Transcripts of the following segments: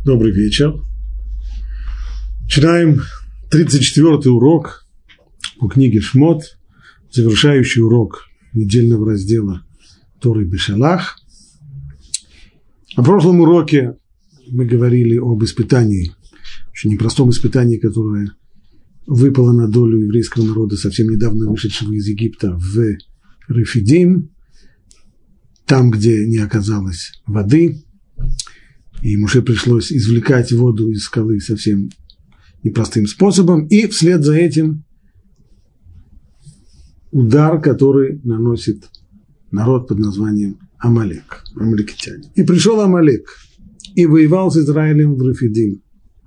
Добрый вечер. Начинаем 34-й урок по книге Шмот, завершающий урок недельного раздела Торы Бешалах. На прошлом уроке мы говорили об испытании, очень непростом испытании, которое выпало на долю еврейского народа, совсем недавно вышедшего из Египта в Рефидим, там, где не оказалось воды. И Моше пришлось извлекать воду из скалы совсем непростым способом. И вслед за этим удар, который наносит народ под названием Амалек, амалекитяне. И пришел Амалек и воевал с Израилем в Рефидим.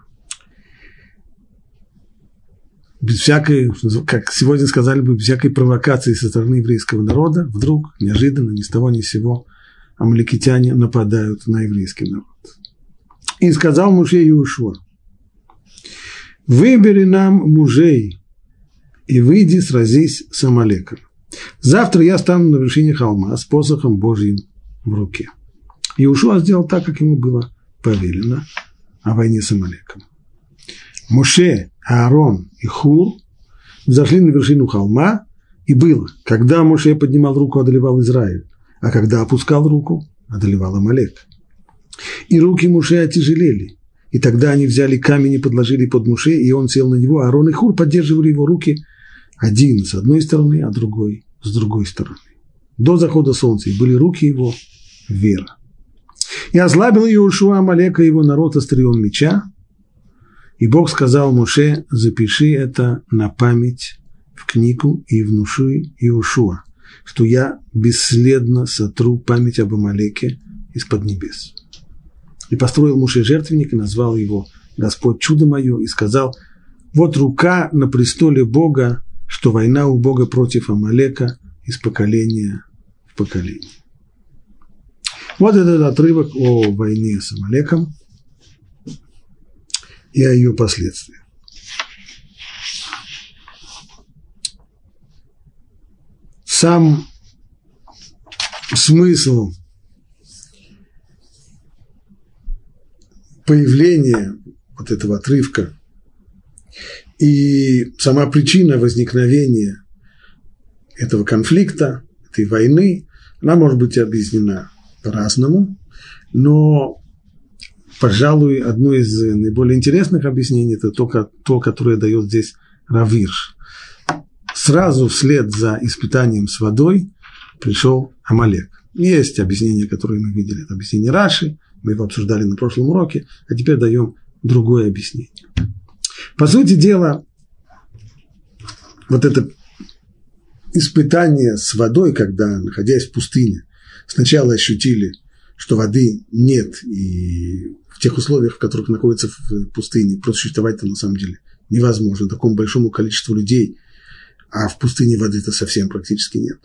Без всякой, как сегодня сказали бы, без всякой провокации со стороны еврейского народа, вдруг, неожиданно, ни с того ни с сего, амалекитяне нападают на еврейский народ. И сказал Моше Иошуа: выбери нам мужей и выйди, сразись с Амалеком. Завтра я стану на вершине холма с посохом Божьим в руке. Иошуа сделал так, как ему было повелено о войне с Амалеком. Моше, Аарон и Хур взошли на вершину холма, и было, когда Моше поднимал руку, одолевал Израиль, а когда опускал руку, одолевал Амалек. И руки Моше отяжелели, и тогда они взяли камень и подложили под Моше, и он сел на него, а Аарон и Хур поддерживали его руки, один с одной стороны, а другой с другой стороны. До захода солнца, и были руки его вверх. И ослабил Иошуа Амалека и его народ острием меча, и Бог сказал Моше: запиши это на память в книгу и внуши Иошуа, что я бесследно сотру память об Амалеке из-под небес. И построил Моше жертвенник, и назвал его Господь чудо мое, и сказал: вот рука на престоле Бога, что война у Бога против Амалека из поколения в поколение. Вот этот отрывок о войне с Амалеком и о ее последствиях. Сам смысл появления вот этого отрывка и сама причина возникновения этого конфликта, этой войны, она может быть объяснена по-разному, но, пожалуй, одно из наиболее интересных объяснений – это то, которое дает здесь Рав Ирш. Сразу вслед за испытанием с водой пришел Амалек. Есть объяснение, которое мы видели, это объяснение Раши, мы его обсуждали на прошлом уроке, а теперь даем другое объяснение. По сути дела, вот это испытание с водой, когда, находясь в пустыне, сначала ощутили, что воды нет, и в тех условиях, в которых находятся в пустыне, просто существовать-то на самом деле невозможно, такому большому количеству людей, а в пустыне воды-то совсем практически нет.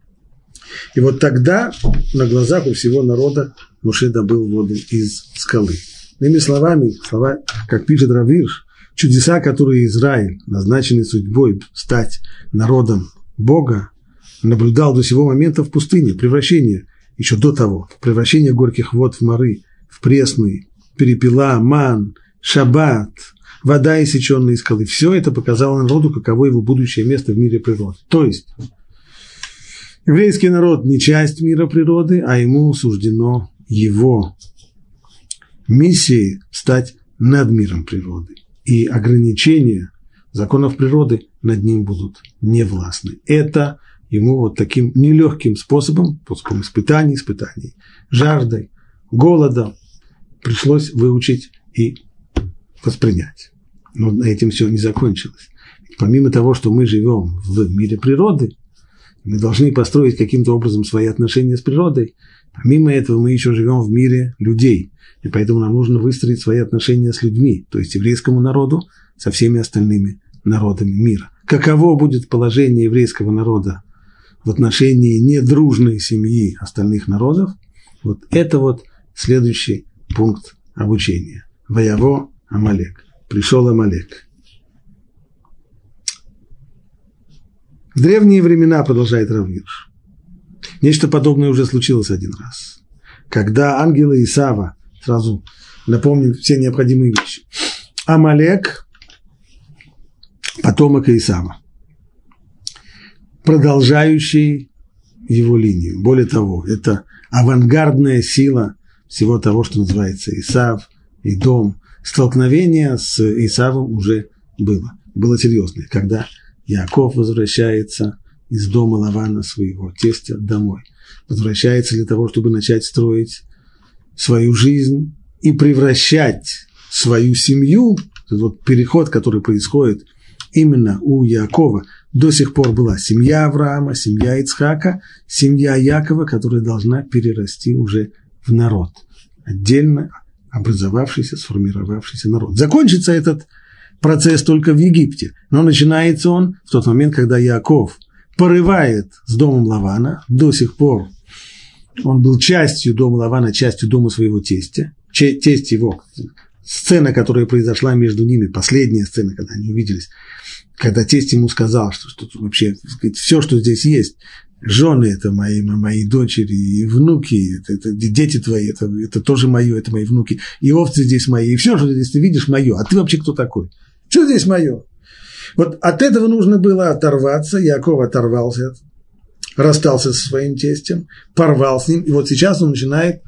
И вот тогда на глазах у всего народа Моше добыл воду из скалы. Иными словами, как пишет Рав Ирш, чудеса, которые Израиль, назначенный судьбой стать народом Бога, наблюдал до сего момента в пустыне, превращение, еще до того, превращение горьких вод в моры, в пресные, перепела, ман, шаббат, вода, иссеченная из скалы. Все это показало народу, каково его будущее место в мире природы. То есть, еврейский народ не часть мира природы, а ему суждено его миссией стать над миром природы. И ограничения законов природы над ним будут невластны. Это ему вот таким нелегким способом испытаний, жаждой, голодом пришлось выучить и воспринять. Но на этом все не закончилось. Ведь помимо того, что мы живем в мире природы, мы должны построить каким-то образом свои отношения с природой. Помимо этого мы еще живем в мире людей. И поэтому нам нужно выстроить свои отношения с людьми, то есть еврейскому народу со всеми остальными народами мира. Каково будет положение еврейского народа в отношении недружной семьи остальных народов? Вот это вот следующий пункт обучения. Ваяво Амалек. Пришел Амалек. В древние времена, продолжает Рав Ирш, нечто подобное уже случилось один раз. Когда ангелы Исава сразу напомним все необходимые вещи. Амалек – потомок Исава, продолжающий его линию. Более того, это авангардная сила всего того, что называется Исав, Идом. Столкновение с Исавом уже было серьезное, когда Яаков возвращается из дома Лавана, своего тестя, домой. Возвращается для того, чтобы начать строить свою жизнь и превращать свою семью. Этот вот переход, который происходит именно у Яакова, до сих пор была семья Авраама, семья Ицхака, семья Якова, которая должна перерасти уже в народ, отдельно образовавшийся, сформировавшийся народ. Закончится этот процесс только в Египте, но начинается он в тот момент, когда Яаков порывает с домом Лавана. До сих пор он был частью дома Лавана, частью дома своего тестя. Тесть его, сцена, которая произошла между ними, последняя сцена, когда они увиделись, когда тесть ему сказал, что вообще все, что здесь есть, жены – это мои дочери и внуки, это дети твои, это тоже мое, это мои внуки, и овцы здесь мои, и все, что здесь ты видишь, мое. А ты вообще кто такой? Что здесь мое? Вот от этого нужно было оторваться. Яаков оторвался, расстался со своим тестем, порвал с ним, и вот сейчас он начинает,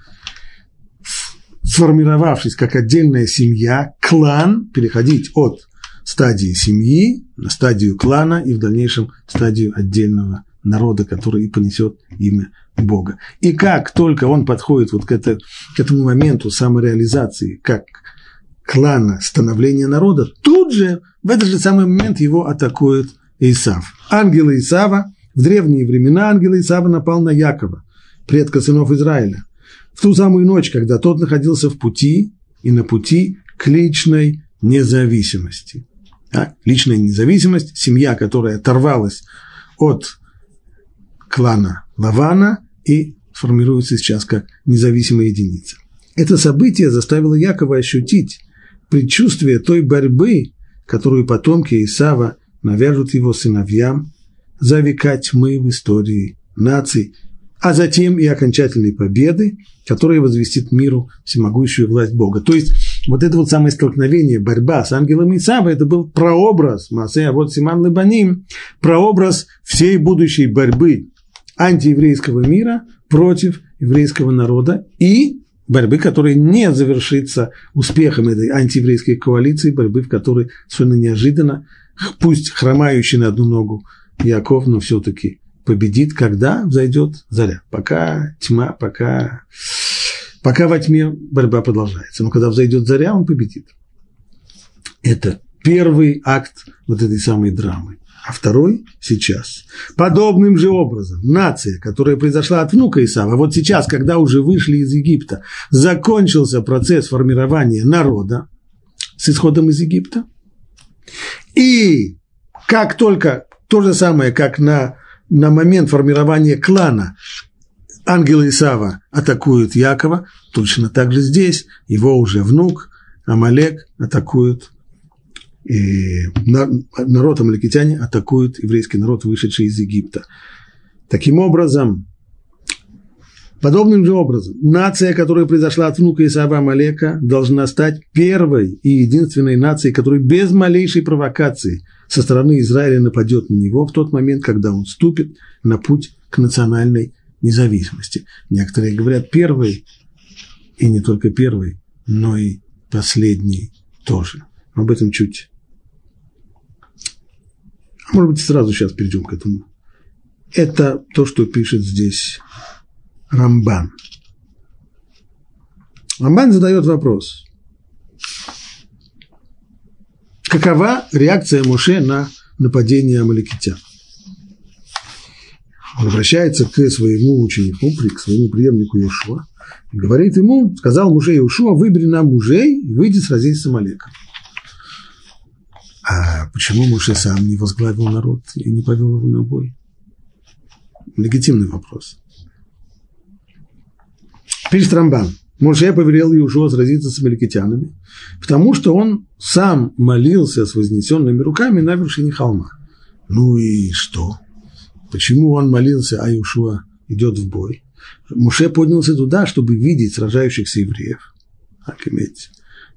сформировавшись как отдельная семья, клан, переходить от стадии семьи на стадию клана и в дальнейшем стадию отдельного народа, который и понесет имя Бога. И как только он подходит вот к этому моменту самореализации, как клана, становления народа, тут же, в этот же самый момент его атакует Исав. Ангел Исава, в древние времена ангел Исава напал на Якова, предка сынов Израиля, в ту самую ночь, когда тот находился в пути и на пути к личной независимости. Личная независимость, семья, которая оторвалась от клана Лавана и формируется сейчас как независимая единица. Это событие заставило Якова ощутить предчувствие той борьбы, которую потомки Исава навяжут его сыновьям за века тьмы в истории наций, а затем и окончательной победы, которая возвестит миру всемогущую власть Бога. То есть вот это вот самое столкновение, борьба с ангелом Исава, это был прообраз Маасе Авот Симан Лебаним, прообраз всей будущей борьбы антиеврейского мира против еврейского народа и борьбы, которая не завершится успехом этой антиеврейской коалиции, борьбы, в которой совершенно неожиданно, пусть хромающий на одну ногу Яаков, но все-таки победит, когда взойдет заря. Пока тьма, пока во тьме борьба продолжается. Но когда взойдет заря, он победит. Это первый акт вот этой самой драмы. А второй сейчас. Подобным же образом нация, которая произошла от внука Исава, вот сейчас, когда уже вышли из Египта, закончился процесс формирования народа с исходом из Египта. И как только то же самое, как на момент формирования клана ангел Исава атакует Якова, точно так же здесь его уже внук Амалек атакует, и народ амалекитяне атакует еврейский народ, вышедший из Египта. Таким образом, подобным же образом, нация, которая произошла от внука Исава Амалека, должна стать первой и единственной нацией, которая без малейшей провокации со стороны Израиля нападет на него в тот момент, когда он вступит на путь к национальной независимости. Некоторые говорят первый, и не только первый, но и последний тоже. Об этом чуть. Может быть, сразу сейчас перейдем к этому. Это то, что пишет здесь Рамбан. Рамбан задает вопрос. Какова реакция Моше на нападение амалекитян? Он обращается к своему ученику, к своему преемнику Иешуа, и говорит ему, сказал Моше Иешуа, выбери нам мужей и выйди сразись с Амалеком. А почему Моше сам не возглавил народ и не повел его на бой? Легитимный вопрос. Пишет Рамбан. Моше повелел Иешуа сразиться с амалекитянами, потому что он сам молился с вознесенными руками на вершине холма. Ну и что? Почему он молился, а Иешуа идет в бой? Моше поднялся туда, чтобы видеть сражающихся евреев. как иметь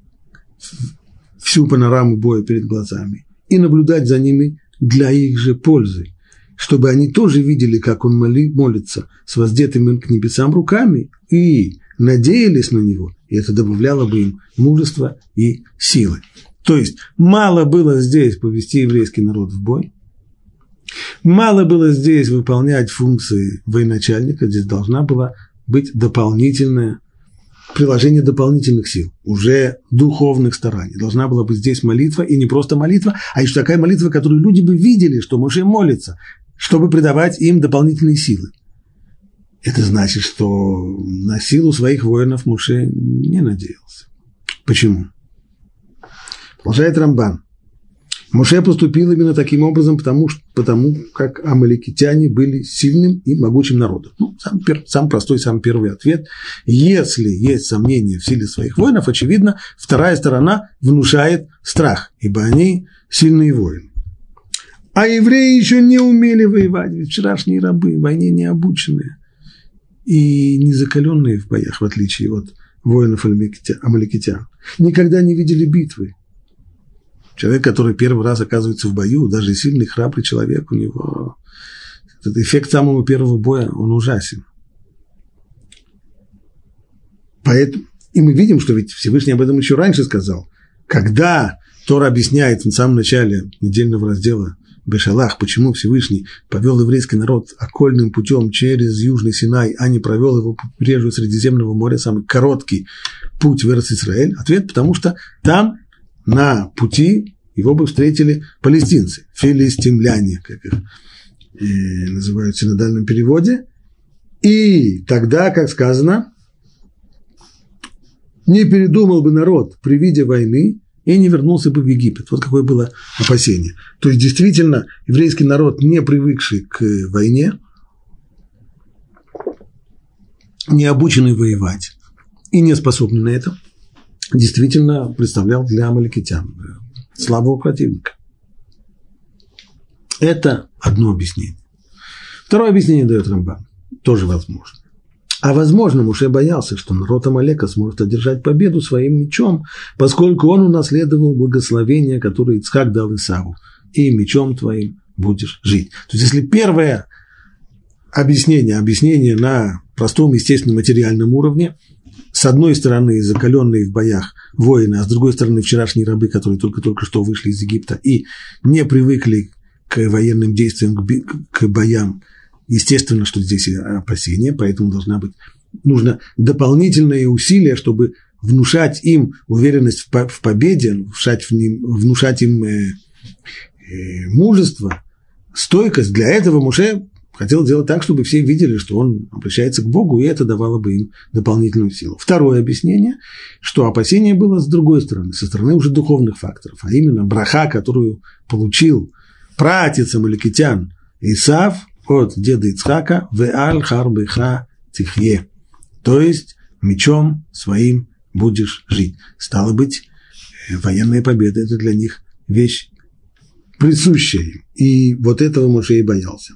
всю панораму боя перед глазами, и наблюдать за ними для их же пользы, чтобы они тоже видели, как он молится с воздетыми к небесам руками, и надеялись на него, и это добавляло бы им мужества и силы. То есть мало было здесь повести еврейский народ в бой, мало было здесь выполнять функции военачальника, здесь должна была быть дополнительное приложение дополнительных сил, уже духовных стараний. Должна была быть здесь молитва, и не просто молитва, а еще такая молитва, которую люди бы видели, что Моше молится, чтобы придавать им дополнительные силы. Это значит, что на силу своих воинов Моше не надеялся. Почему? Продолжает Рамбан. Моше поступил именно таким образом, потому как амаликитяне были сильным и могучим народом. Сам простой, сам первый ответ. Если есть сомнения в силе своих воинов, очевидно, вторая сторона внушает страх, ибо они сильные воины. А евреи еще не умели воевать, ведь вчерашние рабы, в войне не обученные и не закаленные в боях, в отличие от воинов амаликитян, никогда не видели битвы. Человек, который первый раз оказывается в бою, даже сильный, храбрый человек, у него этот эффект самого первого боя, он ужасен. Поэтому, и мы видим, что ведь Всевышний об этом еще раньше сказал. Когда Тора объясняет в самом начале недельного раздела Бешалах, почему Всевышний повел еврейский народ окольным путем через Южный Синай, а не провел его по побережью Средиземного моря, самый короткий путь в Эрец-Исраэль, ответ, потому что там на пути его бы встретили палестинцы, филистимляне, как их называют в синодальном переводе, и тогда, как сказано, не передумал бы народ при виде войны и не вернулся бы в Египет. Вот какое было опасение. То есть, действительно, еврейский народ, не привыкший к войне, не обученный воевать и не способный на это, действительно представлял для амаликитян слабого противника. Это одно объяснение. Второе объяснение дает Рамбан. Тоже возможно. А возможно, Моше боялся, что народ Амалека сможет одержать победу своим мечом, поскольку он унаследовал благословение, которое Ицхак дал Исаву. И мечом твоим будешь жить. То есть, если первое объяснение на простом, естественном, материальном уровне, с одной стороны, закаленные в боях воины, а с другой стороны, вчерашние рабы, которые только что вышли из Египта и не привыкли к военным действиям, к боям. Естественно, что здесь опасения, поэтому нужно дополнительные усилия, чтобы внушать им уверенность в победе, внушать им мужество, стойкость. Для этого Моше хотел сделать так, чтобы все видели, что он обращается к Богу, и это давало бы им дополнительную силу. Второе объяснение, что опасение было с другой стороны, со стороны уже духовных факторов, а именно браха, которую получил праотец амаликитян Исав от деда Ицхака, «Веаль харбеха тихье», то есть мечом своим будешь жить. Стало быть, военная победа – это для них вещь присущая им. И вот этого Моше и боялся.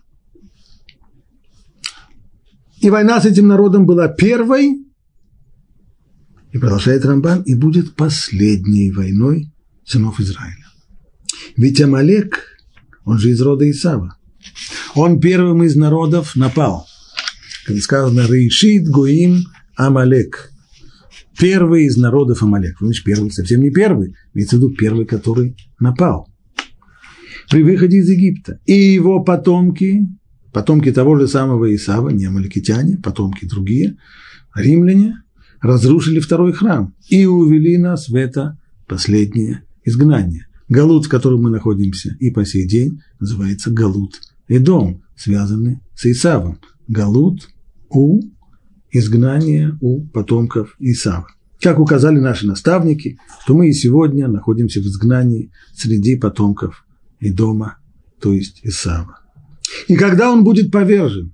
И война с этим народом была первой, и продолжает Рамбан, и будет последней войной сынов Израиля. Ведь Амалек, он же из рода Исава, он первым из народов напал. Как сказано, «Рейшит гоим Амалек». Первый из народов Амалек. Значит, первый, совсем не первый, имеется в виду первый, который напал. При выходе из Египта. И его потомки того же самого Исава, не амаликитяне, потомки другие, римляне, разрушили второй храм и увели нас в это последнее изгнание. Галут, в котором мы находимся и по сей день, называется Галут Эдом, связанный с Исавом. Галут у изгнания у потомков Исава. Как указали наши наставники, что мы и сегодня находимся в изгнании среди потомков Эдома, то есть Исава. И когда он будет повержен,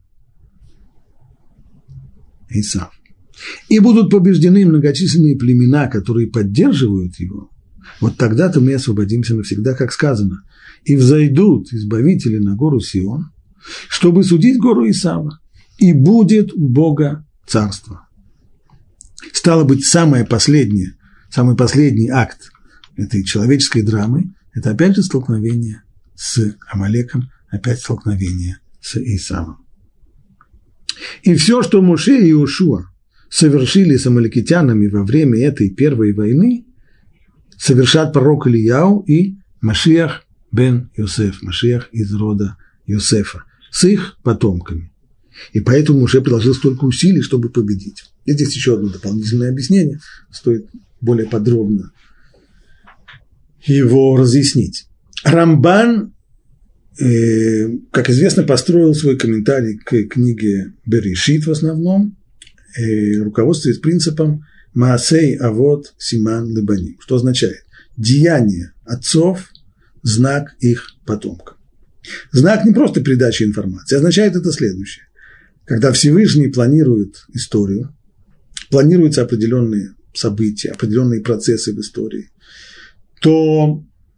Исав, и будут побеждены многочисленные племена, которые поддерживают его, вот тогда-то мы освободимся навсегда, как сказано, и взойдут избавители на гору Сион, чтобы судить гору Исава, и будет у Бога царство. Стало быть, самый последний акт этой человеческой драмы – это опять же столкновение с Амалеком, опять столкновение с Исавом. И все, что Моше и Иошуа совершили с амалекитянами во время этой первой войны, совершат пророк Илияу и Машиах бен Йосеф, Машиах из рода Йосефа, с их потомками. И поэтому Моше приложил столько усилий, чтобы победить. И здесь еще одно дополнительное объяснение, стоит более подробно его разъяснить. Рамбан, как известно, построил свой комментарий к книге Берешит в основном, руководствуясь принципом Маасей Авот Симан Лебаним, что означает деяние отцов – знак их потомков. Знак не просто передачи информации, означает это следующее. Когда Всевышний планирует историю, планируются определенные события, определенные процессы в истории, то,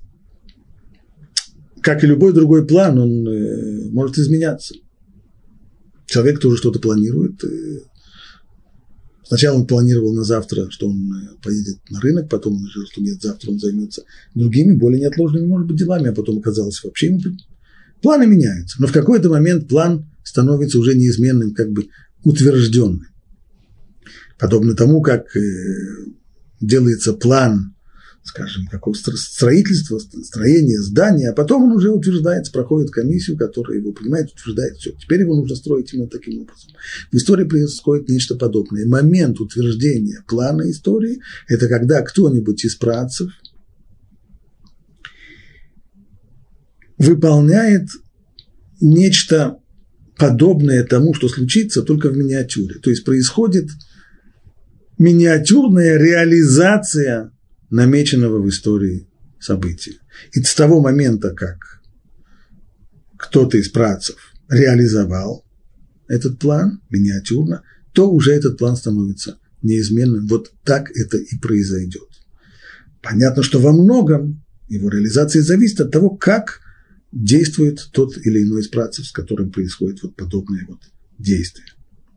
как и любой другой план, он может изменяться. Человек тоже что-то планирует. Сначала он планировал на завтра, что он поедет на рынок, потом он решил, что нет, завтра он займется другими, более неотложными, может быть, делами, а потом оказалось вообще ему планы меняются. Но в какой-то момент план становится уже неизменным, как бы утвержденным. Подобно тому, как делается план, скажем, какого-то строительства, строения здания, а потом он уже утверждается, проходит комиссию, которая его принимает, утверждает, все, теперь его нужно строить именно таким образом. В истории происходит нечто подобное. Момент утверждения плана истории – это когда кто-нибудь из праотцев выполняет нечто подобное тому, что случится, только в миниатюре. То есть происходит миниатюрная реализация намеченного в истории события. И с того момента, как кто-то из праотцев реализовал этот план миниатюрно, то уже этот план становится неизменным. Вот так это и произойдет. Понятно, что во многом его реализация зависит от того, как действует тот или иной из праотцев, с которым происходит вот подобное вот действие.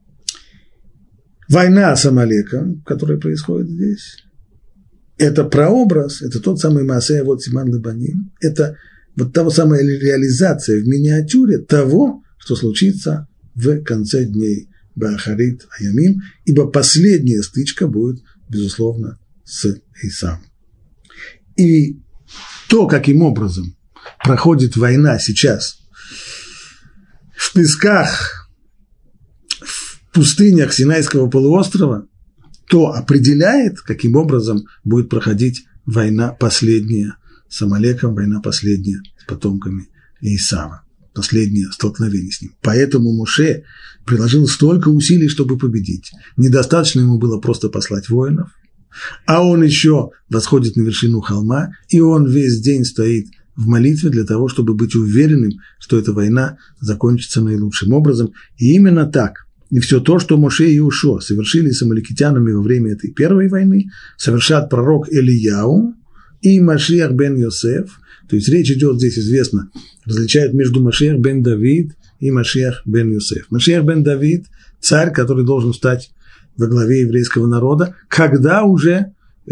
Война с Амалеком, которая происходит здесь, это прообраз, это тот самый Маасей Авот Симан Лебаним, это вот та самая реализация в миниатюре того, что случится в конце дней Баахарит Аямим, ибо последняя стычка будет, безусловно, с Исавом. И то, каким образом проходит война сейчас в песках, в пустынях Синайского полуострова, то определяет, каким образом будет проходить война последняя с Амалеком, война последняя с потомками Исава, последнее столкновение с ним. Поэтому Моше приложил столько усилий, чтобы победить. Недостаточно ему было просто послать воинов, а он еще восходит на вершину холма, и он весь день стоит в молитве для того, чтобы быть уверенным, что эта война закончится наилучшим образом. И именно так. И все то, что Моше и Иошуа совершили с амалекитянами во время этой первой войны, совершат пророк Илияу и Машиах бен Йосеф. То есть речь идет здесь, известно, различают между Машиах бен Давид и Машиах бен Йосеф. Машиах бен Давид – царь, который должен стать во главе еврейского народа, когда уже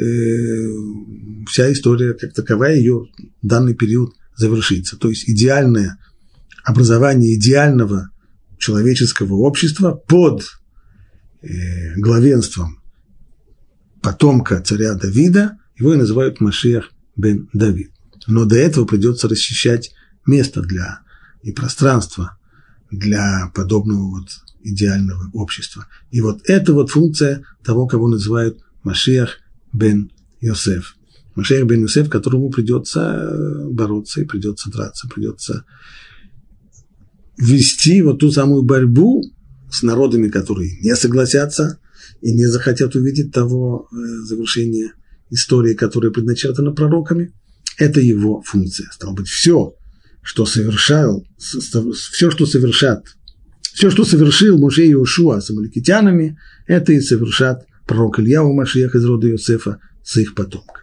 вся история как таковая, ее данный период завершится. То есть идеальное образование идеального человеческого общества под главенством потомка царя Давида, его и называют Машиах бен Давид. Но до этого придется расчищать место и пространство для подобного вот идеального общества. И вот это вот функция того, кого называют Машиах бен Йосеф. Машиах бен Йосеф, которому придется бороться и придется драться, придется вести вот ту самую борьбу с народами, которые не согласятся и не захотят увидеть того завершения истории, которая предначертана пророками. Это его функция. Стало быть, все, что совершил Моше и Иошуа с амалекитянами, это и совершат пророк Ильяу Машиах из рода Йосефа с их потомками.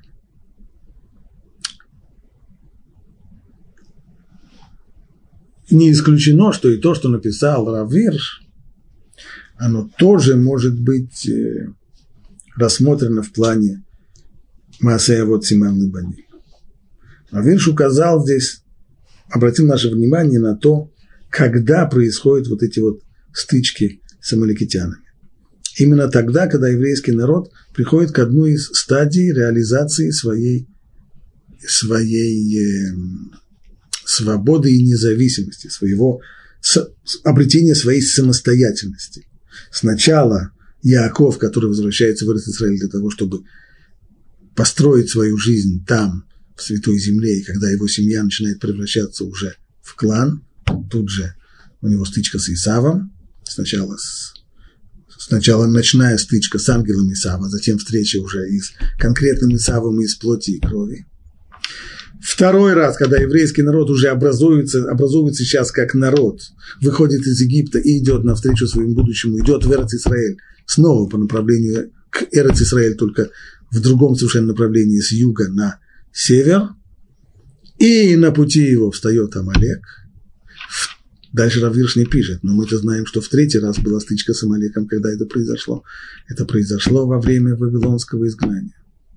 Не исключено, что и то, что написал Рав Вирш, оно тоже может быть рассмотрено в плане Маасея вот Симан Бани. Равирш указал здесь, обратил наше внимание на то, когда происходят вот эти вот стычки с амаликитянами. Именно тогда, когда еврейский народ приходит к одной из стадий реализации своей свободы и независимости, своего обретения своей самостоятельности. Сначала Яаков, который возвращается в Эрец-Исраэль для того, чтобы построить свою жизнь там, в Святой Земле, и когда его семья начинает превращаться уже в клан, тут же у него стычка с Исавом, сначала ночная стычка с ангелом Исава, затем встреча уже и с конкретным Исавом из плоти и крови. Второй раз, когда еврейский народ уже образуется сейчас как народ, выходит из Египта и идет навстречу своему будущему, идет в Эрец-Исраэль, снова по направлению к Эрец-Исраэль, только в другом совершенно направлении, с юга на север, и на пути его встает Амалек. Дальше Рав Вирш не пишет, но мы-то знаем, что в третий раз была стычка с Амалеком, когда это произошло. Это произошло во время вавилонского изгнания.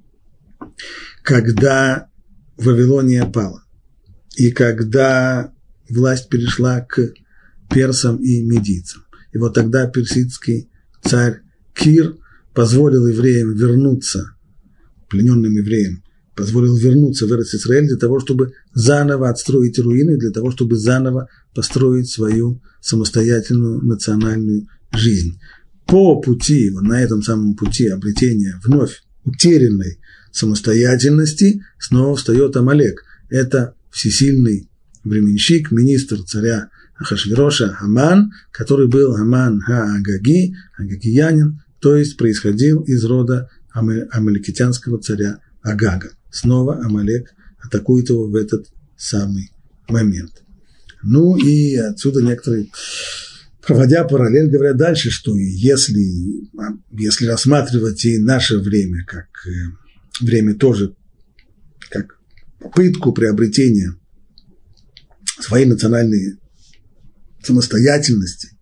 Когда Вавилония пала, и когда власть перешла к персам и медийцам. И вот тогда персидский царь Кир позволил евреям вернуться, плененным евреям, позволил вернуться в Эрец-Исраэль для того, чтобы заново отстроить руины, для того, чтобы заново построить свою самостоятельную национальную жизнь. По пути, вот на этом самом пути обретения вновь утерянной самостоятельности снова встает Амалек. Это всесильный временщик, министр царя Ахашвироша Аман, который был Аман Ха-Агаги, агагиянин, то есть происходил из рода амаликитянского царя Агага. Снова Амалек атакует его в этот самый момент. Ну и отсюда некоторые, проводя параллель, говорят дальше, что если рассматривать и наше время как время тоже, как попытку приобретения своей национальной самостоятельности,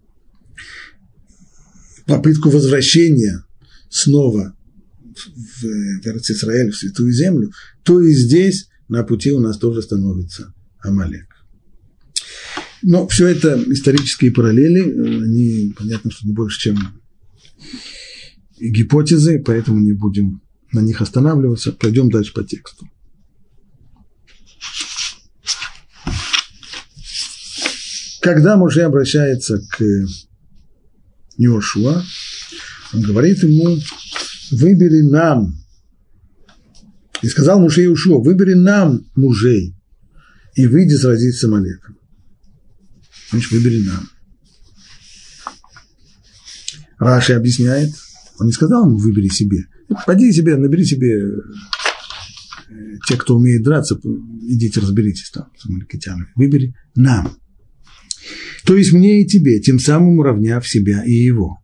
попытку возвращения снова в Эрец-Исраэль, в Святую Землю, то и здесь на пути у нас тоже становится Амалек. Но все это исторические параллели, они, понятно, что не больше, чем гипотезы, поэтому не будем на них останавливаться. Пойдем дальше по тексту. Когда Моше обращается к Йошуа, он говорит ему: выбери нам. И сказал Моше Йошуа: выбери нам мужей и выйди сразиться с Амалеком. Значит, выбери нам. Раши объясняет, он не сказал ему: выбери себе. Пойди себе, набери себе те, кто умеет драться, идите разберитесь там с амаликитянами. Выбери нам. То есть мне и тебе, тем самым уравняв себя и его.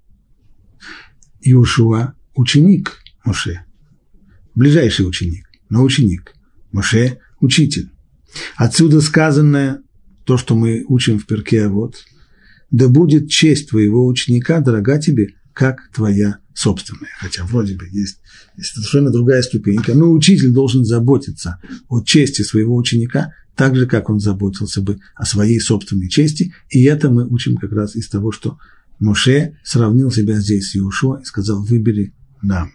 Йошуа – ученик Моше, ближайший ученик, но ученик. Моше – учитель. Отсюда сказанное, то, что мы учим в Перке Авот: да будет честь твоего ученика дорога тебе, как твоя собственная. Хотя вроде бы есть совершенно другая ступенька, но учитель должен заботиться о чести своего ученика так же, как он заботился бы о своей собственной чести. И это мы учим как раз из того, что Моше сравнил себя здесь с Йошуа и сказал: выбери нам.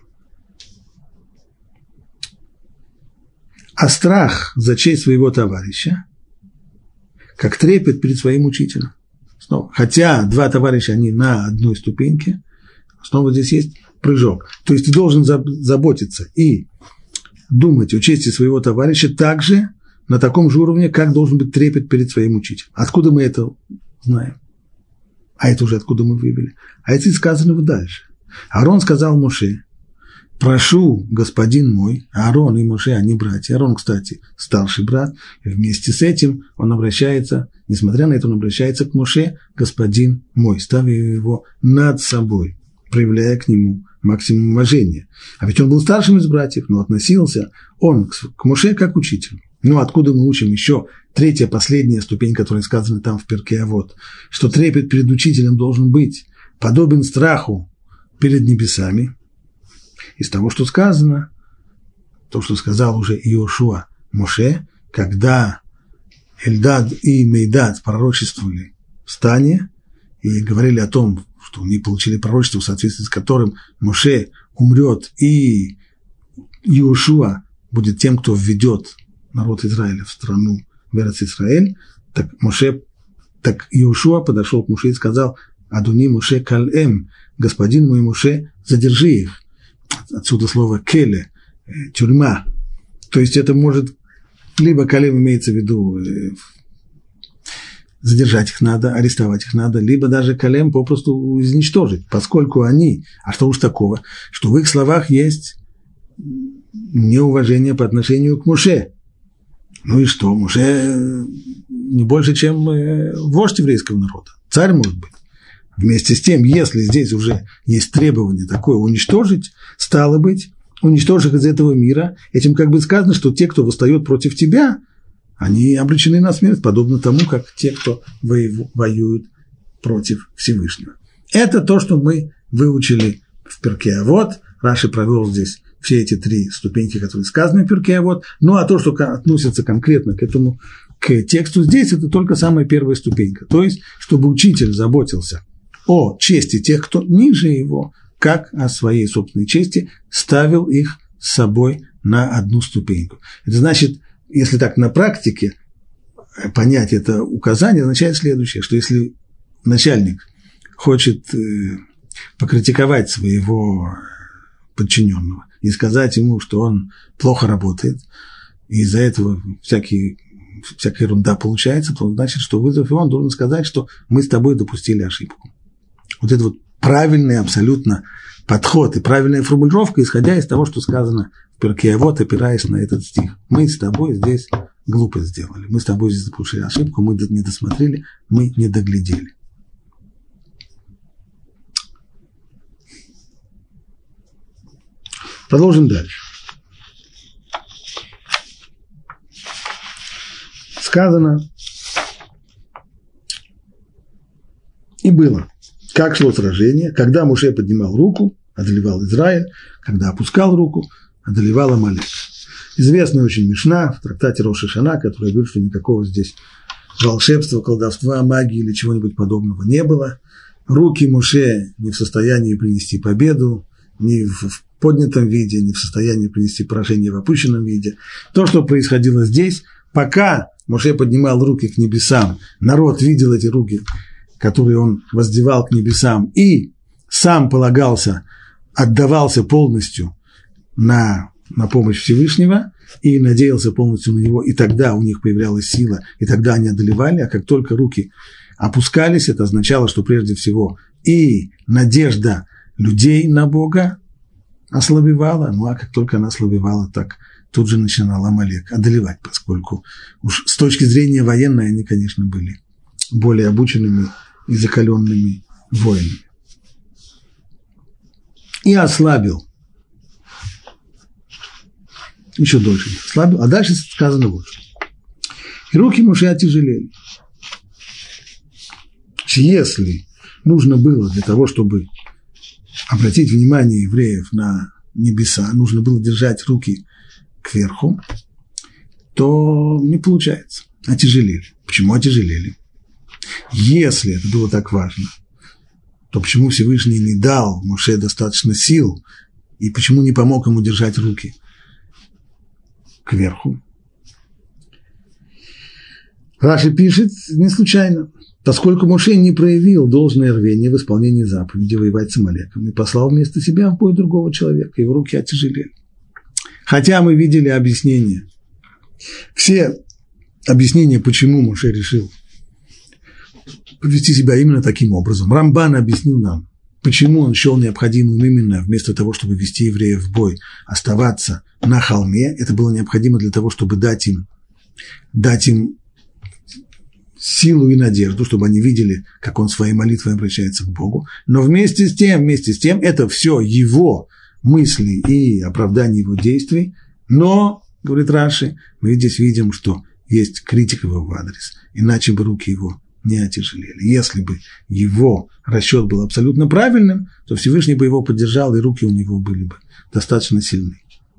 А страх за честь своего товарища, как трепет перед своим учителем. Снова, хотя два товарища, они на одной ступеньке, снова здесь есть прыжок. То есть ты должен заботиться и думать о чести своего товарища также на таком же уровне, как должен быть трепет перед своим учителем. Откуда мы это знаем? А это уже откуда мы вывели. А это сказано дальше. Аарон сказал Моше: прошу, господин мой. Аарон и Моше, они братья. Аарон, кстати, старший брат. И вместе с этим он обращается, несмотря на это, он обращается к Моше: господин мой, ставя его над собой, проявляя к нему максимум уважения. А ведь он был старшим из братьев, но относился он к Моше как к учителю. Ну, откуда мы учим еще третья, последняя ступень, которая сказана там в Перке Авот, что трепет перед учителем должен быть подобен страху перед небесами. из того, что сказано, то, что сказал уже Иошуа Моше, когда Эльдад и Мейдад пророчествовали в стане и говорили о том, что они получили пророчество, в соответствии с которым Моше умрет, и Иошуа будет тем, кто введет народ Израиля в страну, в Эрец-Исраэль, так Иошуа подошел к Моше и сказал: «Адуни Моше каль-эм, господин мой Моше, задержи их». Отсюда слово «келе», тюрьма. То есть это может, либо калем имеется в виду, задержать их надо, арестовать их надо, либо даже калем попросту изничтожить, поскольку они, а что уж такого, что в их словах есть неуважение по отношению к Моше. Ну и что, Моше не больше, чем вождь еврейского народа, царь может быть. Вместе с тем, если здесь уже есть требование такое уничтожить, стало быть, уничтожив из этого мира, этим как бы сказано, что те, кто восстает против тебя, они обречены на смерть, подобно тому, как те, кто воюют против Всевышнего. Это то, что мы выучили в Перкей Авот. Раши провел здесь все эти 3 ступеньки, которые сказаны в Перкей Авот. Ну, а то, что относится конкретно к тексту здесь, это только самая первая ступенька. То есть, чтобы учитель заботился о чести тех, кто ниже его, как о своей собственной чести, ставил их с собой на одну ступеньку. Это значит, если так на практике понять это указание, означает следующее, что если начальник хочет покритиковать своего подчиненного и сказать ему, что он плохо работает, и из-за этого всякая ерунда получается, то значит, что вызвав его, он должен сказать, что мы с тобой допустили ошибку. Вот это вот правильный абсолютно подход и правильная формулировка, исходя из того, что сказано в Перкей Авот, опираясь на этот стих. Мы с тобой здесь глупость сделали, мы с тобой здесь допустили ошибку, мы не досмотрели, мы не доглядели. Продолжим дальше. Сказано, и было, как шло сражение, когда Моше поднимал руку, одолевал Израиль, когда опускал руку, одолевал Амалек. Известная очень мишна в трактате Рош ха-Шана, которая говорит, что никакого здесь волшебства, колдовства, магии или чего-нибудь подобного не было. Руки Моше не в состоянии принести победу, ни в поднятом виде, ни в состоянии принести поражение в опущенном виде. То, что происходило здесь, пока Моше поднимал руки к небесам, народ видел эти руки, которые он воздевал к небесам, и сам полагался, отдавался полностью на помощь Всевышнего и надеялся полностью на него, и тогда у них появлялась сила, и тогда они одолевали, а как только руки опускались, это означало, что прежде всего и надежда людей на Бога ослабевала, ну а как только она ослабевала, так тут же начинал Амалек одолевать, поскольку уж с точки зрения военной они, конечно, были более обученными и закаленными воинами. И ослабил. Еще дольше ослабил. А дальше сказано вот что. И руки Моше отяжелели. Если нужно было для того, чтобы обратить внимание евреев на небеса, нужно было держать руки кверху, то не получается. Отяжелели. Почему отяжелели? Если это было так важно, то почему Всевышний не дал Моше достаточно сил, и почему не помог ему держать руки кверху? Раши пишет не случайно, поскольку Моше не проявил должное рвение в исполнении заповеди воевать с Амалеком и послал вместо себя в бой другого человека, его руки отяжелели. Хотя мы видели объяснения, все объяснения, почему Моше решил повести себя именно таким образом. Рамбан объяснил нам, почему он счел необходимым именно вместо того, чтобы вести евреев в бой, оставаться на холме. Это было необходимо для того, чтобы дать им силу и надежду, чтобы они видели, как он своей молитвой обращается к Богу. Но вместе с тем, это все его мысли и оправдание его действий. Но, говорит Раши, мы здесь видим, что есть критика в его адрес. Иначе бы руки его не отяжелели. Если бы его расчет был абсолютно правильным, то Всевышний бы его поддержал, и руки у него были бы достаточно сильны.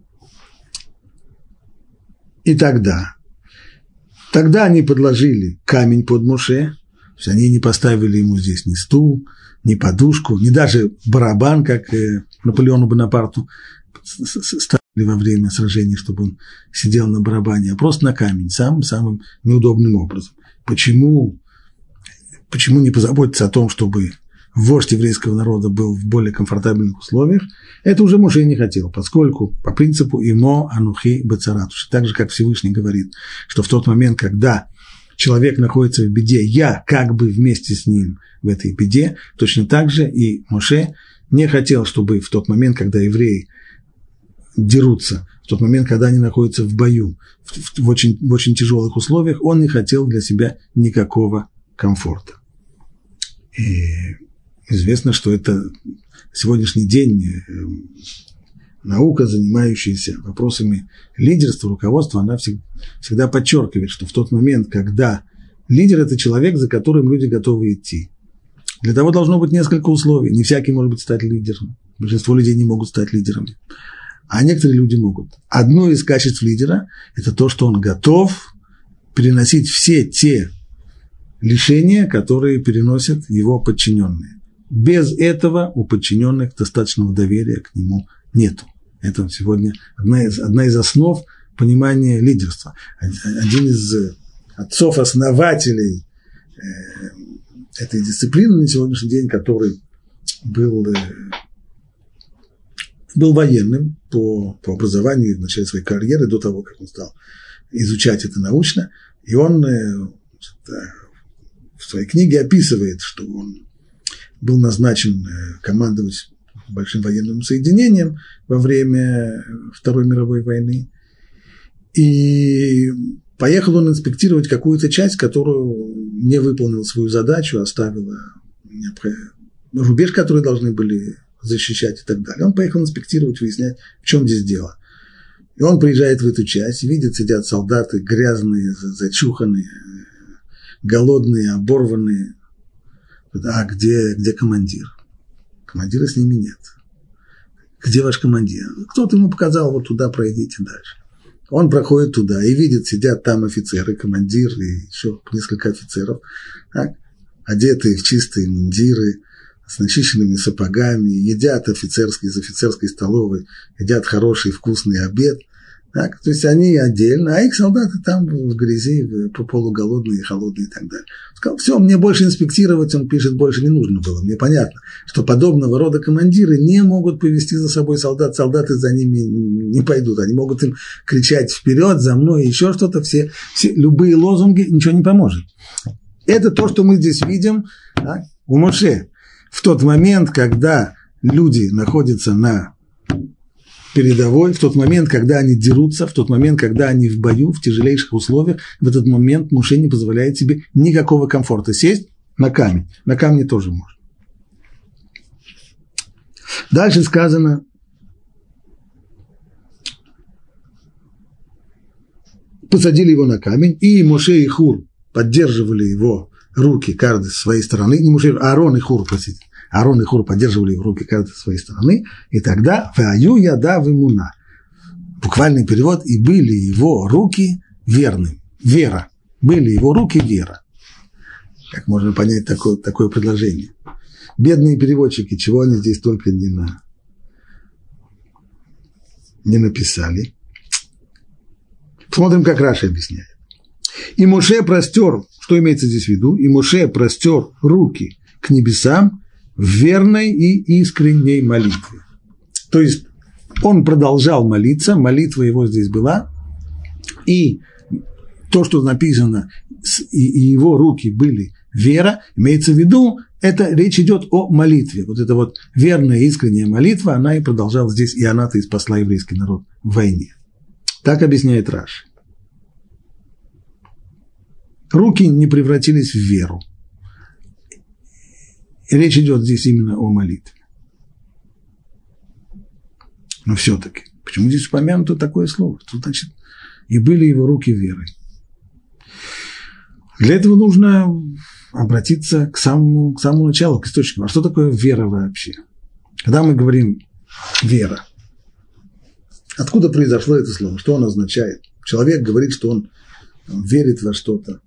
И тогда они подложили камень под Моше, то есть они не поставили ему здесь ни стул, ни подушку, ни даже барабан, как Наполеону Бонапарту ставили во время сражений, чтобы он сидел на барабане, а просто на камень, самым неудобным образом. Почему не позаботиться о том, чтобы вождь еврейского народа был в более комфортабельных условиях? Это уже Моше не хотел, поскольку по принципу «Имо анухи бецаратуш», так же, как Всевышний говорит, что в тот момент, когда человек находится в беде, я как бы вместе с ним в этой беде, точно так же и Моше не хотел, чтобы в тот момент, когда евреи дерутся, в тот момент, когда они находятся в бою, в очень тяжелых условиях, он не хотел для себя никакого комфорта. И известно, что это сегодняшний день наука, занимающаяся вопросами лидерства, руководства, она всегда подчеркивает, что в тот момент, когда лидер – это человек, за которым люди готовы идти. Для того должно быть несколько условий. Не всякий может стать лидером. Большинство людей не могут стать лидерами. А некоторые люди могут. Одно из качеств лидера – это то, что он готов переносить все те лишения, которые переносят его подчиненные. Без этого у подчиненных достаточного доверия к нему нету. Это сегодня одна из основ понимания лидерства. Один из отцов-основателей этой дисциплины на сегодняшний день, который был военным по образованию в начале своей карьеры, до того, как он стал изучать это научно, и он в своей книге описывает, что он был назначен командовать большим военным соединением во время Второй мировой войны. И поехал он инспектировать какую-то часть, которую не выполнил свою задачу, оставила рубеж, который должны были защищать и так далее. Он поехал инспектировать, выяснять, в чем здесь дело. И он приезжает в эту часть, видит, сидят солдаты грязные, зачуханные, голодные, оборванные. А где командир? Командира с ними нет. Где ваш командир? Кто-то ему показал, вот туда пройдите дальше. Он проходит туда и видит, сидят там офицеры, командир и еще несколько офицеров, так, одетые в чистые мундиры, с начищенными сапогами, едят из офицерской столовой, едят хороший вкусный обед. Так, то есть они отдельно, а их солдаты там в грязи, полуголодные, холодные и так далее. Сказал, все, мне больше инспектировать, он пишет, больше не нужно было. Мне понятно, что подобного рода командиры не могут повести за собой солдат, солдаты за ними не пойдут. Они могут им кричать вперед, за мной, еще что-то, все любые лозунги, ничего не поможет. Это то, что мы здесь видим, так, у Моше. В тот момент, когда люди находятся на передовой, в тот момент, когда они дерутся, в тот момент, когда они в бою, в тяжелейших условиях, в этот момент Моше не позволяет себе никакого комфорта. Сесть на камень. На камне тоже можно. Дальше сказано, посадили его на камень, и Моше и Хур поддерживали его руки каждый с своей стороны. Не Моше, а Аарон и Хур, простите. Аарон и Хур поддерживали его руки каждый с своей стороны, и тогда «Ваю яда вимуна». Буквальный перевод «И были его руки верны». Вера. Были его руки вера. Как можно понять такое предложение? Бедные переводчики, чего они здесь только не написали. Посмотрим, как Раши объясняет. «И Моше простер», что имеется здесь в виду? «И Моше простер руки к небесам в верной и искренней молитве». То есть он продолжал молиться, молитва его здесь была, и то, что написано, и его руки были вера, имеется в виду, это речь идет о молитве. Вот эта вот верная искренняя молитва, она и продолжала здесь, и она-то и спасла еврейский народ в войне. Так объясняет Раши. Руки не превратились в веру. И речь идет здесь именно о молитве. Но все-таки, почему здесь упомянуто такое слово? Что значит, и были его руки верой? Для этого нужно обратиться к самому началу, к источнику. А что такое вера вообще? Когда мы говорим «вера», откуда произошло это слово? Что оно означает? Человек говорит, что он верит во что-то.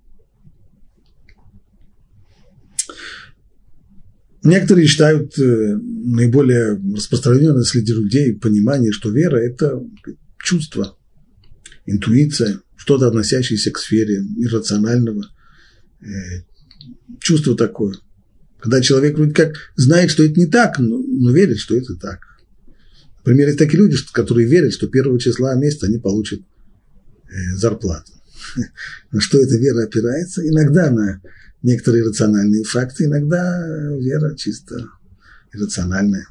Некоторые считают наиболее распространенное среди людей понимание, что вера – это чувство, интуиция, что-то, относящееся к сфере иррационального, чувство такое. Когда человек вроде как знает, что это не так, но верит, что это так. Например, есть такие люди, которые верят, что 1 числа месяца они получат зарплату. На что эта вера опирается? Иногда на некоторые рациональные факты, иногда вера чисто иррациональная.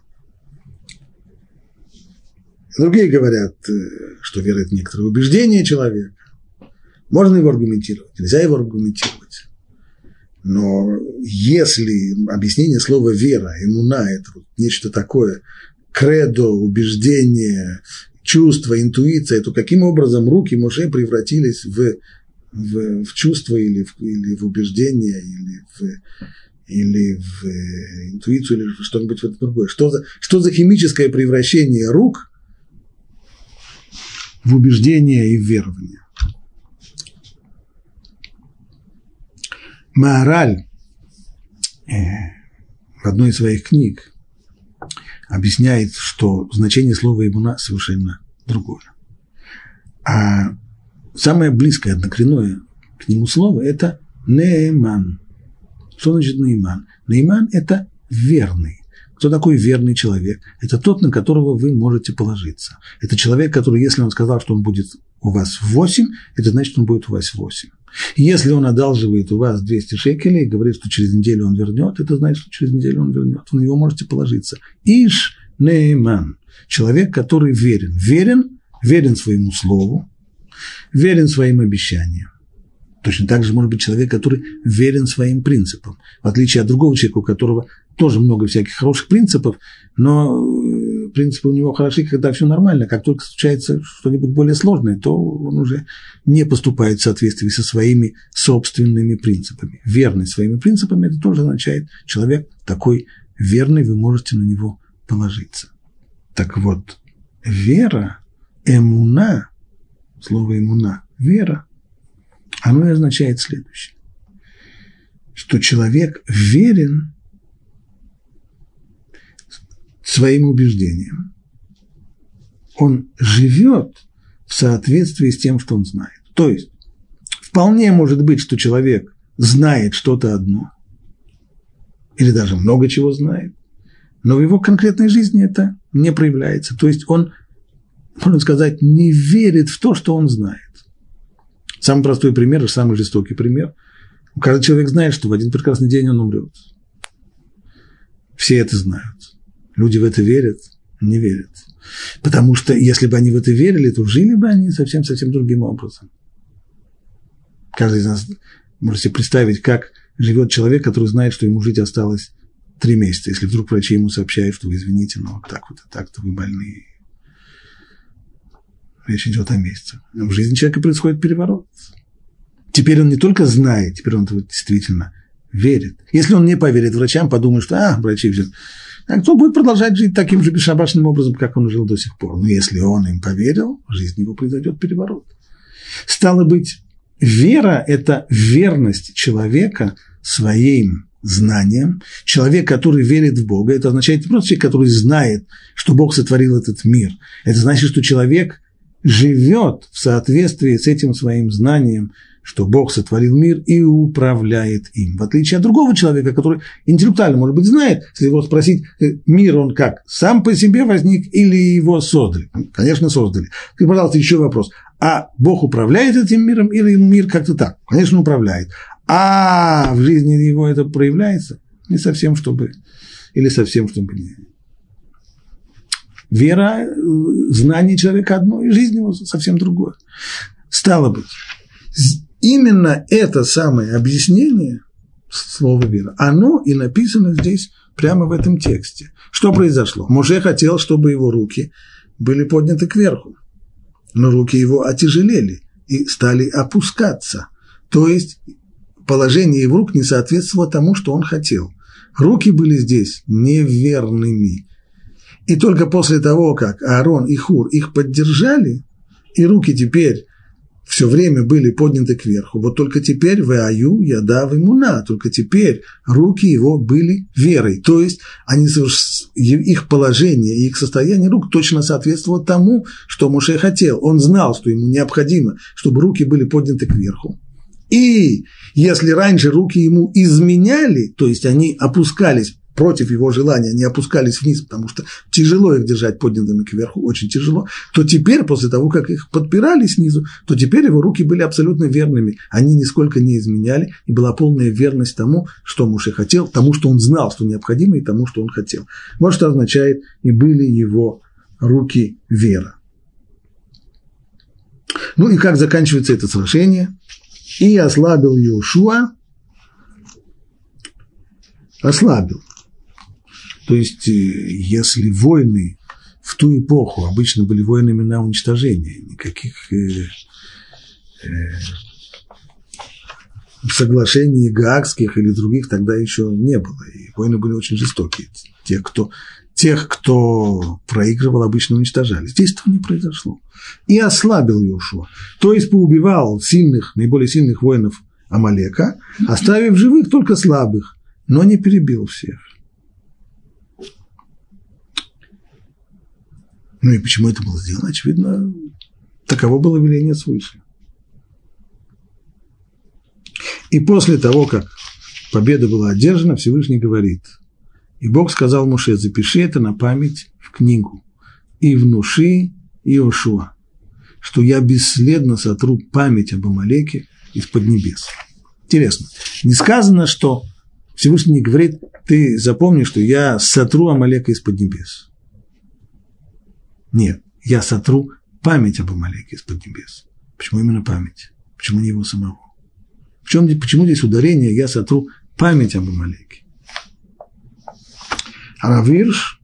Другие говорят, что вера – это некоторое убеждение человека. Можно его аргументировать, нельзя его аргументировать. Но если объяснение слова «вера», «эмуна» – это нечто такое, кредо, убеждение, чувство, интуиция, то каким образом руки Моше превратились в чувство или в убеждение, или в интуицию, или что-нибудь другое. Что за химическое превращение рук в убеждение и в верование? Маораль в одной из своих книг объясняет, что значение слова «эмуна» совершенно другое. А самое близкое, однокоренное к нему слово – это «неэман». Что значит «неэман»? «Неэман» – это верный. Кто такой верный человек? Это тот, на которого вы можете положиться. Это человек, который, если он сказал, что он будет у вас в 8, это значит, он будет у вас в 8. Если он одалживает у вас 200 шекелей и говорит, что через неделю он вернет, это значит, что через неделю он вернет. Вы на него можете положиться. Иш неэман. Человек, который верен своему слову, верен своим обещаниям. Точно так же может быть человек, который верен своим принципам. В отличие от другого человека, у которого тоже много всяких хороших принципов, но принципы у него хороши, когда все нормально. Как только случается что-нибудь более сложное, то он уже не поступает в соответствии со своими собственными принципами. Верность своими принципами – это тоже означает, человек такой верный, вы можете на него положиться. Так вот, вера, эмуна, слово эмуна, вера, оно и означает следующее, что человек верен своим убеждениям. Он живет в соответствии с тем, что он знает. То есть, вполне может быть, что человек знает что-то одно, или даже много чего знает, но в его конкретной жизни это не проявляется. То есть, он, можно сказать, не верит в то, что он знает. Самый простой пример, самый жестокий пример. Каждый человек знает, что в один прекрасный день он умрет. Все это знают. Люди в это верят? Не верят. Потому что если бы они в это верили, то жили бы они совсем другим образом. Каждый из нас может себе представить, как живет человек, который знает, что ему жить осталось 3 месяца. Если вдруг врачи ему сообщают, что вы извините, но так-то вы больны. Речь идет о месяцах. В жизни человека происходит переворот. Теперь он не только знает, теперь он действительно верит. Если он не поверит врачам, подумает, что врачи все. А кто будет продолжать жить таким же бесшабашным образом, как он жил до сих пор? Но если он им поверил, в жизни его произойдет переворот. Стало быть, вера – это верность человека своим знанием. Человек, который верит в Бога, это означает не просто человек, который знает, что Бог сотворил этот мир. Это значит, что человек живет в соответствии с этим своим знанием, что Бог сотворил мир и управляет им. В отличие от другого человека, который интеллектуально, может быть, знает, если его спросить, мир он как, сам по себе возник или его создали? Конечно, создали. И, пожалуйста, еще вопрос. А Бог управляет этим миром или мир как-то так? Конечно, управляет. А в жизни его это проявляется? Не совсем, чтобы... Или совсем, чтобы не... Вера, знание человека одно, и жизнь его совсем другое. Стало быть, именно это самое объяснение слова вера, оно и написано здесь прямо в этом тексте. Что произошло? Моше хотел, чтобы его руки были подняты кверху, но руки его отяжелели и стали опускаться. То есть положение его рук не соответствовало тому, что он хотел. Руки были здесь неверными. И только после того, как Аарон и Хур их поддержали, и руки теперь все время были подняты кверху, вот только теперь веаю ядав имуна, только теперь руки его были верой. То есть их положение и их состояние рук точно соответствовало тому, что Моше хотел. Он знал, что ему необходимо, чтобы руки были подняты кверху. И если раньше руки ему изменяли, то есть они опускались против его желания, они опускались вниз, потому что тяжело их держать поднятыми кверху, очень тяжело, то теперь, после того, как их подпирали снизу, то теперь его руки были абсолютно верными, они нисколько не изменяли, и была полная верность тому, что Моше хотел, тому, что он знал, что необходимо, и тому, что он хотел. Вот что означает «и были его руки вера». Ну и как заканчивается это сражение? «И ослабил Йошуа», ослабил. То есть, если войны в ту эпоху обычно были войнами на уничтожение, никаких соглашений гаагских или других тогда еще не было. И войны были очень жестокие. Тех, кто проигрывал, обычно уничтожали. Здесь этого не произошло. И ослабил Йошуа. То есть, поубивал наиболее сильных воинов Амалека, оставив живых только слабых, но не перебил всех. Ну и почему это было сделано? Очевидно, таково было веление свыше. И после того, как победа была одержана, Всевышний говорит: и Бог сказал Моше: запиши это на память в книгу и внуши Йошуа, что я бесследно сотру память об Амалеке из-под небес. Интересно, не сказано, что Всевышний не говорит: ты запомни, что я сотру Амалека из-под небес. Нет, я сотру память об Амалеке из-под небес. Почему именно память? Почему не его самого? Почему здесь ударение «я сотру память об Амалеке»? Равирш.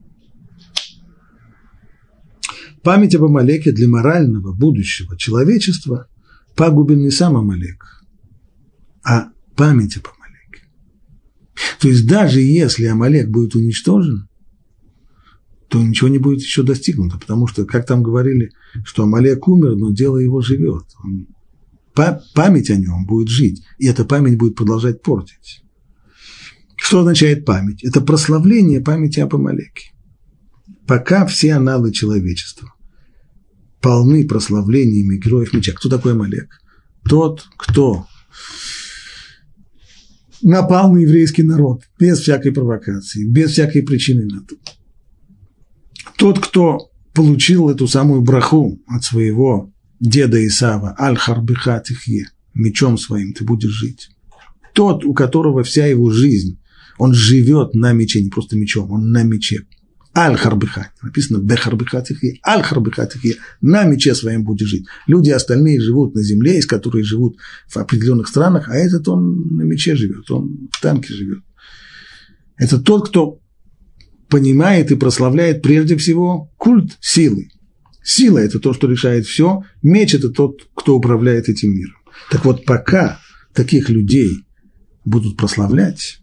Память об Амалеке для морального будущего человечества пагубен не сам Амалек, а память об Амалеке. То есть даже если Амалек будет уничтожен, то ничего не будет еще достигнуто, потому что, как там говорили, что Амалек умер, но дело его живет. Память о нем будет жить, и эта память будет продолжать портить. Что означает память? Это прославление памяти об Амалеке. Пока все аналы человечества полны прославлениями героев меча. Кто такой Амалек? Тот, кто напал на еврейский народ без всякой провокации, без всякой причины на то. Тот, кто получил эту самую браху от своего деда Исава, аль-харбиха тихье, мечом своим ты будешь жить. Тот, у которого вся его жизнь, он живет на мече, не просто мечом, он на мече. Аль-харбиха, написано бе-харбиха тихье, аль-харбиха тихье, на мече своим будешь жить. Люди остальные живут на земле, из которых живут в определенных странах, а этот он на мече живет, он в танке живет. Это тот, кто понимает и прославляет прежде всего культ силы. Сила – это то, что решает все, меч – это тот, кто управляет этим миром. Так вот, пока таких людей будут прославлять,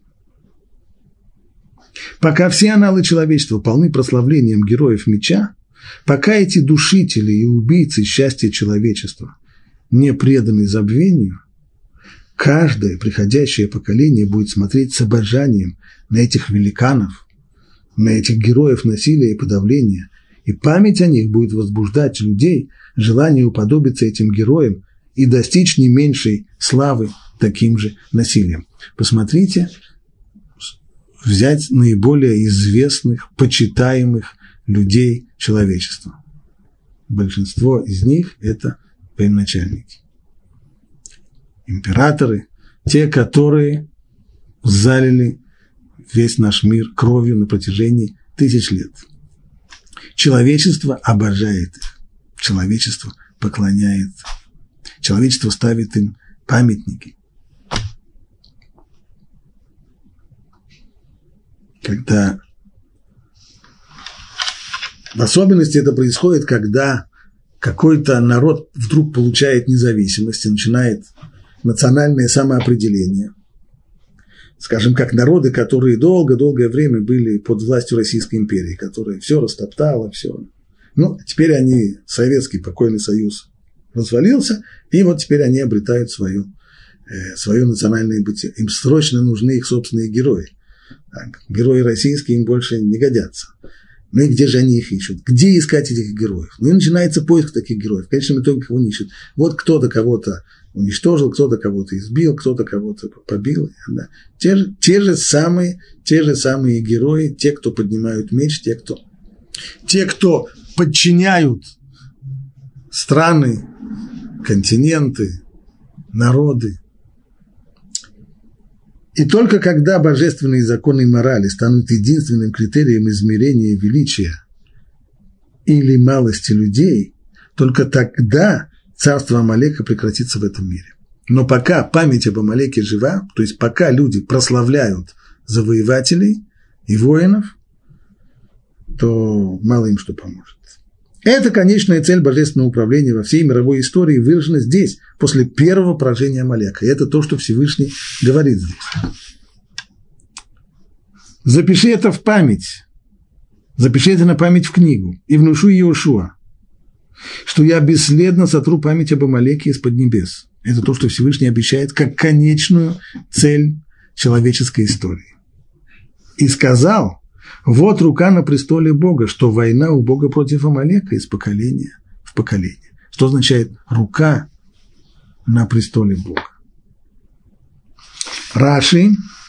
пока все аналы человечества полны прославлением героев меча, пока эти душители и убийцы счастья человечества не преданы забвению, каждое приходящее поколение будет смотреть с обожанием на этих великанов, на этих героев насилия и подавления, и память о них будет возбуждать людей желание уподобиться этим героям и достичь не меньшей славы таким же насилием. Посмотрите, взять наиболее известных, почитаемых людей человечества. Большинство из них – это военачальники, императоры, те, которые залили весь наш мир кровью на протяжении тысяч лет. Человечество обожает их, человечество поклоняет, человечество ставит им памятники. Когда в особенности это происходит, когда какой-то народ вдруг получает независимость и начинает национальное самоопределение. Скажем, как народы, которые долгое время были под властью Российской империи, которая все растоптала, все. Ну, теперь они, Советский покойный Союз развалился, и вот теперь они обретают свое национальное бытие. Им срочно нужны их собственные герои. Так, герои российские им больше не годятся. Ну и где же они их ищут? Где искать этих героев? Ну и начинается поиск таких героев. В конечном итоге кого не ищут. Вот кто-то кого-то уничтожил, кто-то кого-то избил, кто-то кого-то побил. Да. Те же самые герои, те, кто поднимают меч, те, кто подчиняют страны, континенты, народы. И только когда божественные законы морали станут единственным критерием измерения величия или малости людей, только тогда царство Амалека прекратится в этом мире. Но пока память об Амалеке жива, то есть пока люди прославляют завоевателей и воинов, то мало им что поможет. Это конечная цель божественного управления во всей мировой истории выражена здесь, после первого поражения Амалека. И это то, что Всевышний говорит здесь. Запиши это в память. Запиши это на память в книгу. И внушу Иошуа, что я бесследно сотру память об Амалеке из-под небес. Это то, что Всевышний обещает как конечную цель человеческой истории. И сказал: вот рука на престоле Бога, что война у Бога против Амалека из поколения в поколение. Что означает рука на престоле Бога? Раши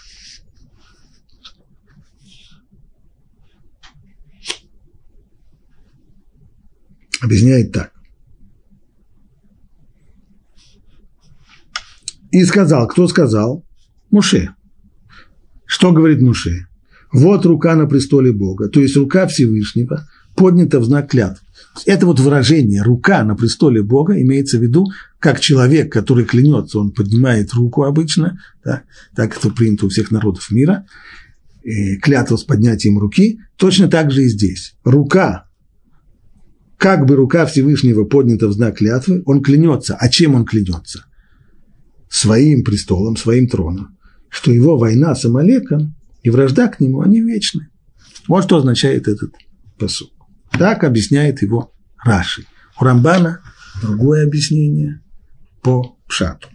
объясняет так. И сказал, кто сказал? Моше. Что говорит Моше? Вот рука на престоле Бога, то есть рука Всевышнего поднята в знак клятвы. Это вот выражение «рука на престоле Бога» имеется в виду, как человек, который клянется, он поднимает руку обычно, да, так это принято у всех народов мира, клятва с поднятием руки, точно так же и здесь. Рука, как бы рука Всевышнего поднята в знак клятвы, он клянется. А чем он клянется? Своим престолом, своим троном, что его война с Амалеком и вражда к нему, они вечны. Вот что означает этот пасук. Так объясняет его Раши. У Рамбана другое объяснение по пшату.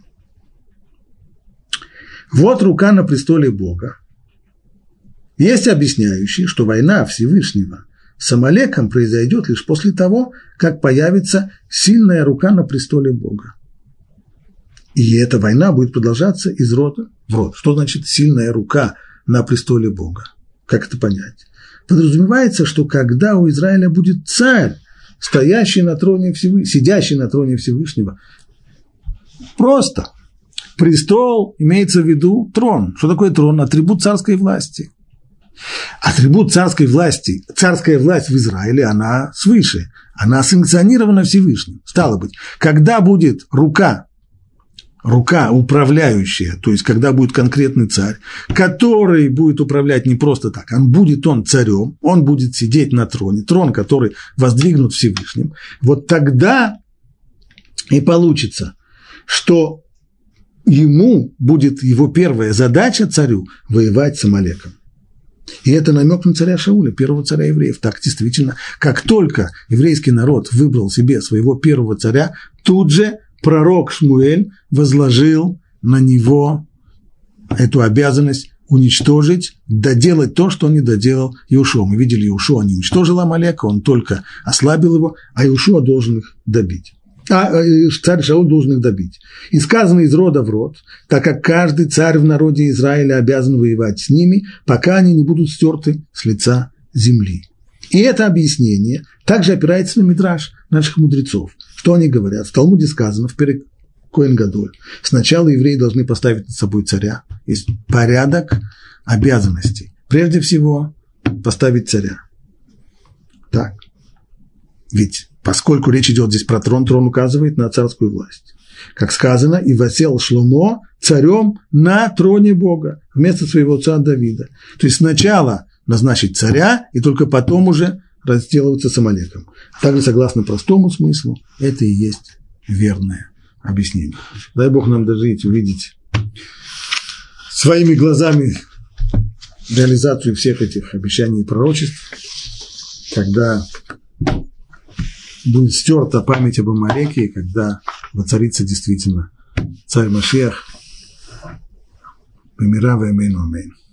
Вот рука на престоле Бога. Есть объясняющие, что война Всевышнего с Амалеком произойдет лишь после того, как появится сильная рука на престоле Бога. И эта война будет продолжаться из рода в род. Что значит сильная рука на престоле Бога? Как это понять? Подразумевается, что когда у Израиля будет царь, сидящий на троне Всевышнего, просто престол имеется в виду трон. Что такое трон? Атрибут царской власти. Атрибут царской власти, царская власть в Израиле, она свыше, она санкционирована Всевышним. Стало быть, когда будет рука управляющая, то есть когда будет конкретный царь, который будет управлять не просто так, будет он царем, он будет сидеть на троне, трон, который воздвигнут Всевышним, вот тогда и получится, что ему будет его первая задача, царю, воевать с Амалеком. И это намек на царя Шауля, первого царя евреев. Так действительно, как только еврейский народ выбрал себе своего первого царя, тут же пророк Шмуэль возложил на него эту обязанность уничтожить, доделать то, что не доделал Иошуа. Мы видели, Иошуа не уничтожил Амалека, он только ослабил его, а Иошуа должен их добить. Царь Шауль должен их добить. И сказано из рода в род, так как каждый царь в народе Израиля обязан воевать с ними, пока они не будут стерты с лица земли. И это объяснение также опирается на мидраш наших мудрецов. Что они говорят? В Талмуде сказано, в Перек Коэн Гадоль, сначала евреи должны поставить над собой царя. Есть порядок обязанностей. Прежде всего, поставить царя. Так. Ведь поскольку речь идет здесь про трон, трон указывает на царскую власть. Как сказано, и восел Шломо царем на троне Бога вместо своего отца Давида. То есть сначала назначить царя, и только потом уже разделываться с Амалеком. Также, согласно простому смыслу, это и есть верная объяснение. Дай Бог нам дожить, увидеть своими глазами реализацию всех этих обещаний и пророчеств, когда будет стерта память об Амалеке, и когда воцарится действительно царь Машиах. Бемира ве амейну амейн.